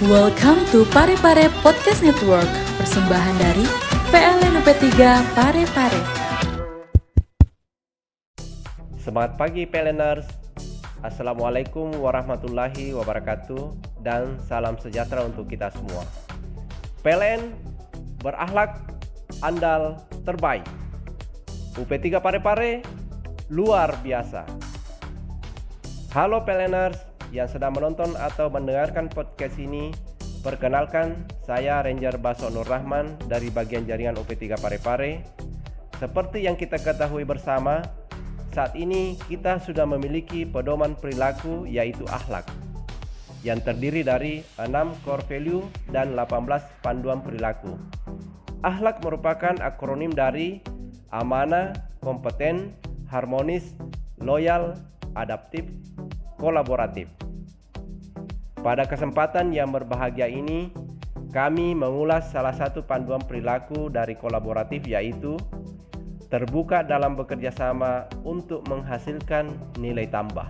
Welcome to Pare-Pare Podcast Network, persembahan dari PLN UP3 Pare-Pare. Semangat pagi PLNers, Assalamualaikum warahmatullahi wabarakatuh, dan salam sejahtera untuk kita semua. PLN berakhlak, andal, terbaik. UP3 Pare-Pare luar biasa. Halo PLNers yang sedang menonton atau mendengarkan podcast ini, perkenalkan saya Ranger Baso Nur Rahman dari bagian jaringan UP3 Pare-Pare. Seperti yang kita ketahui bersama, saat ini kita sudah memiliki pedoman perilaku yaitu akhlak yang terdiri dari 6 core value dan 18 panduan perilaku. Akhlak merupakan akronim dari amanah, kompeten, harmonis, loyal, adaptif, kolaboratif. Pada kesempatan yang berbahagia ini, kami mengulas salah satu panduan perilaku dari kolaboratif, yaitu terbuka dalam bekerja sama untuk menghasilkan nilai tambah.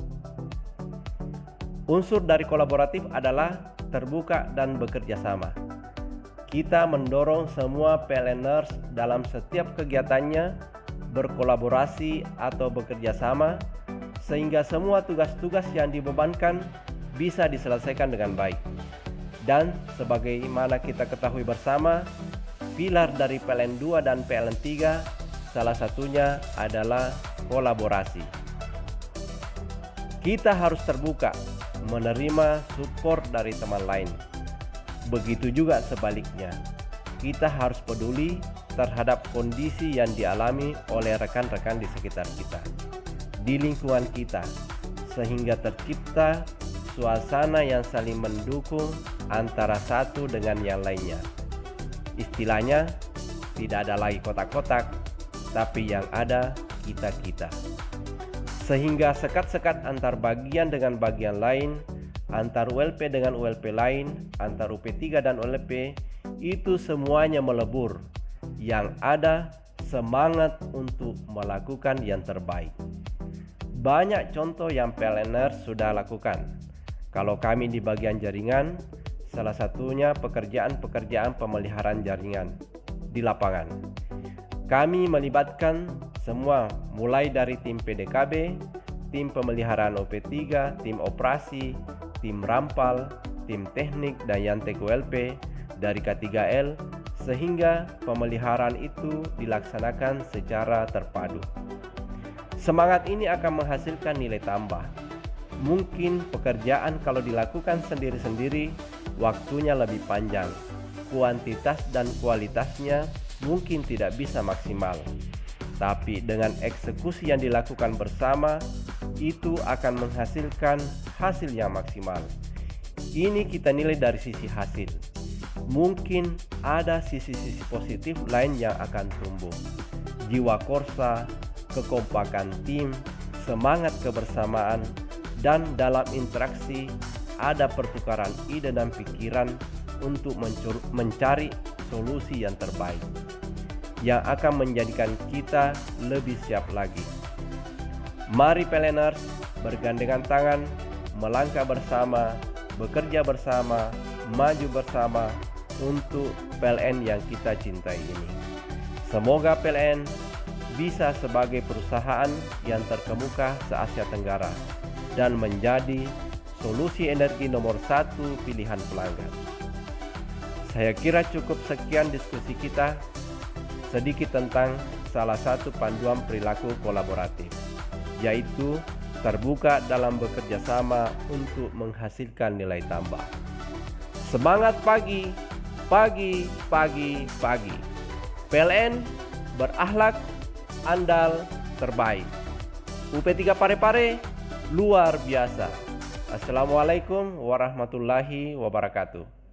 Unsur dari kolaboratif adalah terbuka dan bekerja sama. Kita mendorong semua PLNers dalam setiap kegiatannya berkolaborasi atau bekerja sama, sehingga semua tugas-tugas yang dibebankan bisa diselesaikan dengan baik. Dan sebagaimana kita ketahui bersama, pilar dari PLN 2 dan PLN 3 salah satunya adalah kolaborasi. Kita harus terbuka menerima support dari teman lain. Begitu juga sebaliknya. Kita harus peduli terhadap kondisi yang dialami oleh rekan-rekan di sekitar kita, di lingkungan kita, sehingga tercipta suasana yang saling mendukung antara satu dengan yang lainnya. Istilahnya, tidak ada lagi kotak-kotak, tapi yang ada kita-kita. Sehingga sekat-sekat antar bagian dengan bagian lain, antar ULP dengan ULP lain, antar UP3 dan ULP, itu semuanya melebur. Yang ada semangat untuk melakukan yang terbaik. Banyak contoh yang PLNers sudah lakukan. Kalau kami di bagian jaringan, salah satunya pekerjaan-pekerjaan pemeliharaan jaringan di lapangan. Kami melibatkan semua, mulai dari tim PDKB, tim pemeliharaan OP3, tim operasi, tim rampal, tim teknik, dan yang TKULP dari K3L, sehingga pemeliharaan itu dilaksanakan secara terpadu. Semangat ini akan menghasilkan nilai tambah. Mungkin pekerjaan kalau dilakukan sendiri-sendiri waktunya lebih panjang, kuantitas dan kualitasnya mungkin tidak bisa maksimal. Tapi dengan eksekusi yang dilakukan bersama, itu akan menghasilkan hasil yang maksimal. Ini kita nilai dari sisi hasil. Mungkin ada sisi-sisi positif lain yang akan tumbuh. Jiwa korsa, kekompakan tim, semangat kebersamaan, dan dalam interaksi ada pertukaran ide dan pikiran untuk mencari solusi yang terbaik yang akan menjadikan kita lebih siap lagi. Mari PLNers bergandengan tangan, melangkah bersama, bekerja bersama, maju bersama untuk PLN yang kita cintai ini. Semoga PLN bisa sebagai perusahaan yang terkemuka se-Asia Tenggara dan menjadi solusi energi nomor 1 pilihan pelanggan. Saya kira cukup sekian diskusi kita sedikit tentang salah satu panduan perilaku kolaboratif, yaitu terbuka dalam bekerja sama untuk menghasilkan nilai tambah. Semangat pagi, pagi, pagi, pagi. PLN berakhlak, andal, terbaik. UP3 Pare-Pare luar biasa. Assalamualaikum warahmatullahi wabarakatuh.